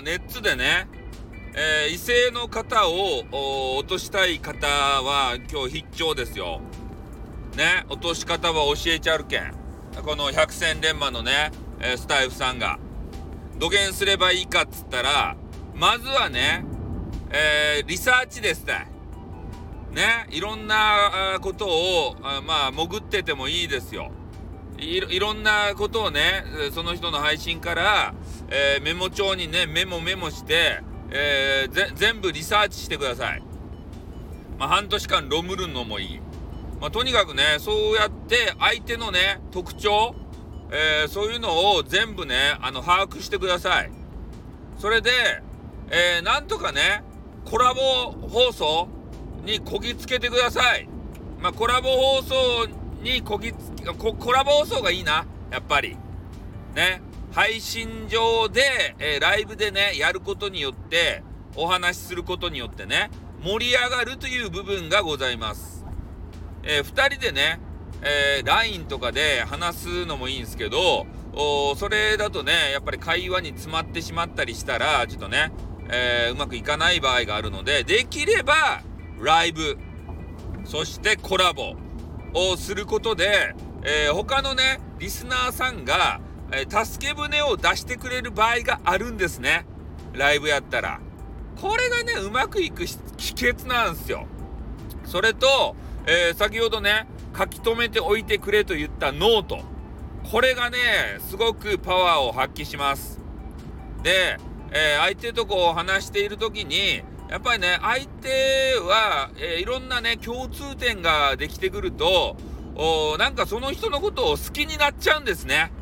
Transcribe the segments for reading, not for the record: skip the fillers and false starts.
ネットでね、異性の方を落としたい方は今日必聴ですよ。ね、落とし方は教えちゃるけん。この百戦錬磨のね、スタイフさんがどげんすればいいかっつったら、まずはね、リサーチですたい。ね、いろんなことを潜っててもいいですよ。いろんなことをね、その人の配信から、メモ帳にねメモして、全部リサーチしてください。半年間ロムるのもいい。とにかくね、そうやって相手のね特徴、そういうのを全部ね把握してください。それで、なんとかねコラボ放送にこぎつけてください。コラボ放送にコラボ放送がいいな、やっぱりね。配信上で、ライブでねやることによって、お話しすることによってね盛り上がるという部分がございます。2人でね、LINE とかで話すのもいいんですけど、それだとねやっぱり会話に詰まってしまったりしたらちょっとね、うまくいかない場合があるので、できればライブ、そしてコラボをすることで、他のねリスナーさんが、助け舟を出してくれる場合があるんですね。ライブやったらこれがねうまくいく秘訣なんですよ。それと、先ほどね書き留めておいてくれと言ったノート、これがねすごくパワーを発揮します。で、相手とこう話している時にやっぱりね相手は、いろんなね共通点ができてくると、なんかその人のことを好きになっちゃうんですね。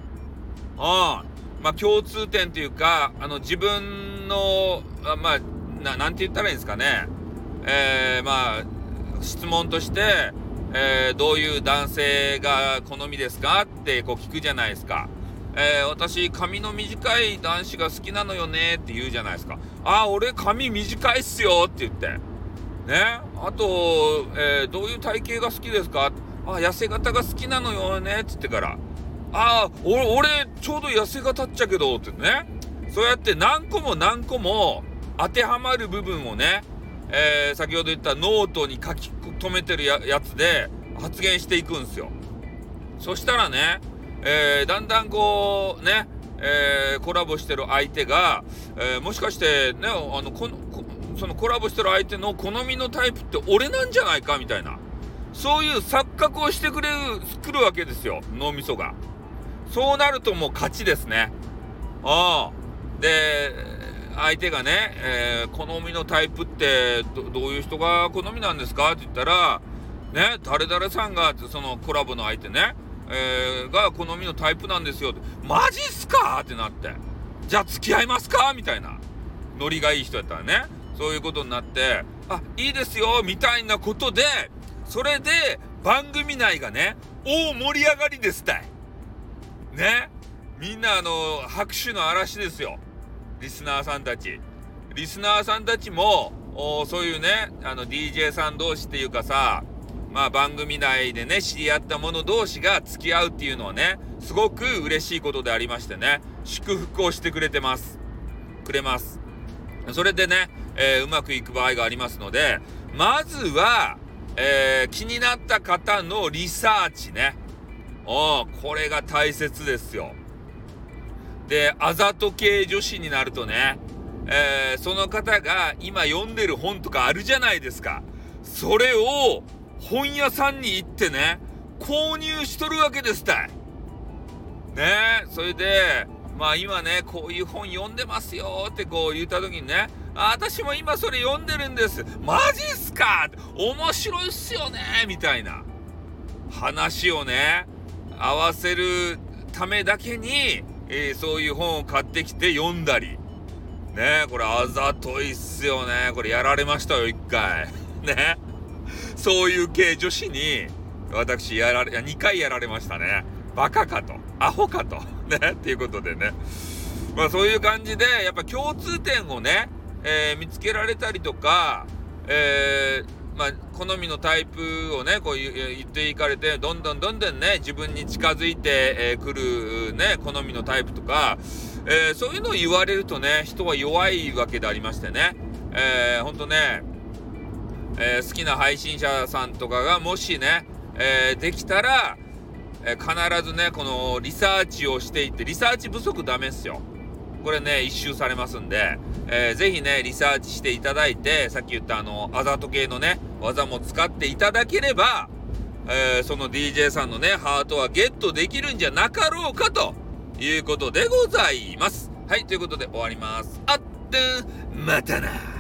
共通点というか、自分のなんて言ったらいいんですかね、質問として、どういう男性が好みですかってこう聞くじゃないですか。私髪の短い男子が好きなのよねって言うじゃないですか。俺髪短いっすよって言ってね。あと、どういう体型が好きですか。痩せ型が好きなのよねって言ってから、俺ちょうど痩せ型っちゃけどってね。そうやって何個も当てはまる部分をね、先ほど言ったノートに書き留めてるやつで発言していくんですよ。そしたらね、だんだんこうね、コラボしてる相手が、もしかしてねそのコラボしてる相手の好みのタイプって俺なんじゃないかみたいな、そういう錯覚をしてくるわけですよ、脳みそが。そうなるともう勝ちですね。で相手がね、好みのタイプってどういう人が好みなんですかって言ったらね、誰々さんがそのコラボの相手ね、が好みのタイプなんですよって。マジっすかってなって、じゃあ付き合いますかみたいなノリがいい人やったらね、そういうことになって、いいですよみたいなことで、それで番組内がね大盛り上がりですたいね。みんな拍手の嵐ですよ。リスナーさんたちもそういうねDJ さん同士っていうかさ、番組内でね知り合った者同士が付き合うっていうのはねすごく嬉しいことでありましてね、祝福をしてくれます。それでね、うまくいく場合がありますので、まずは、気になった方のリサーチね。これが大切ですよ。で、あざと系女子になるとね、その方が今読んでる本とかあるじゃないですか。それを本屋さんに行ってね購入しとるわけですたいね。それで今ねこういう本読んでますよってこう言った時にね、私も今それ読んでるんです、マジっすか、面白いっすよねみたいな話をね合わせるためだけに、そういう本を買ってきて読んだりね。これあざといっすよね。これやられましたよ、一回ね。そういう系女子に私2回やられましたね。バカかとアホかとねっていうことでね、そういう感じでやっぱ共通点をね、見つけられたりとか、好みのタイプをねこう言っていかれて、どんどんね自分に近づいてくるね好みのタイプとか、 そういうのを言われるとね、人は弱いわけでありましてね、ほんとね、好きな配信者さんとかがもしね、できたら、必ずね、このリサーチをしていって、リサーチ不足ダメっすよ。これね、一周されますんで、ぜひね、リサーチしていただいて、さっき言ったあざと系のね、技も使っていただければ、その DJ さんのね、ハートはゲットできるんじゃなかろうかということでございます。はい、ということで終わります。またな。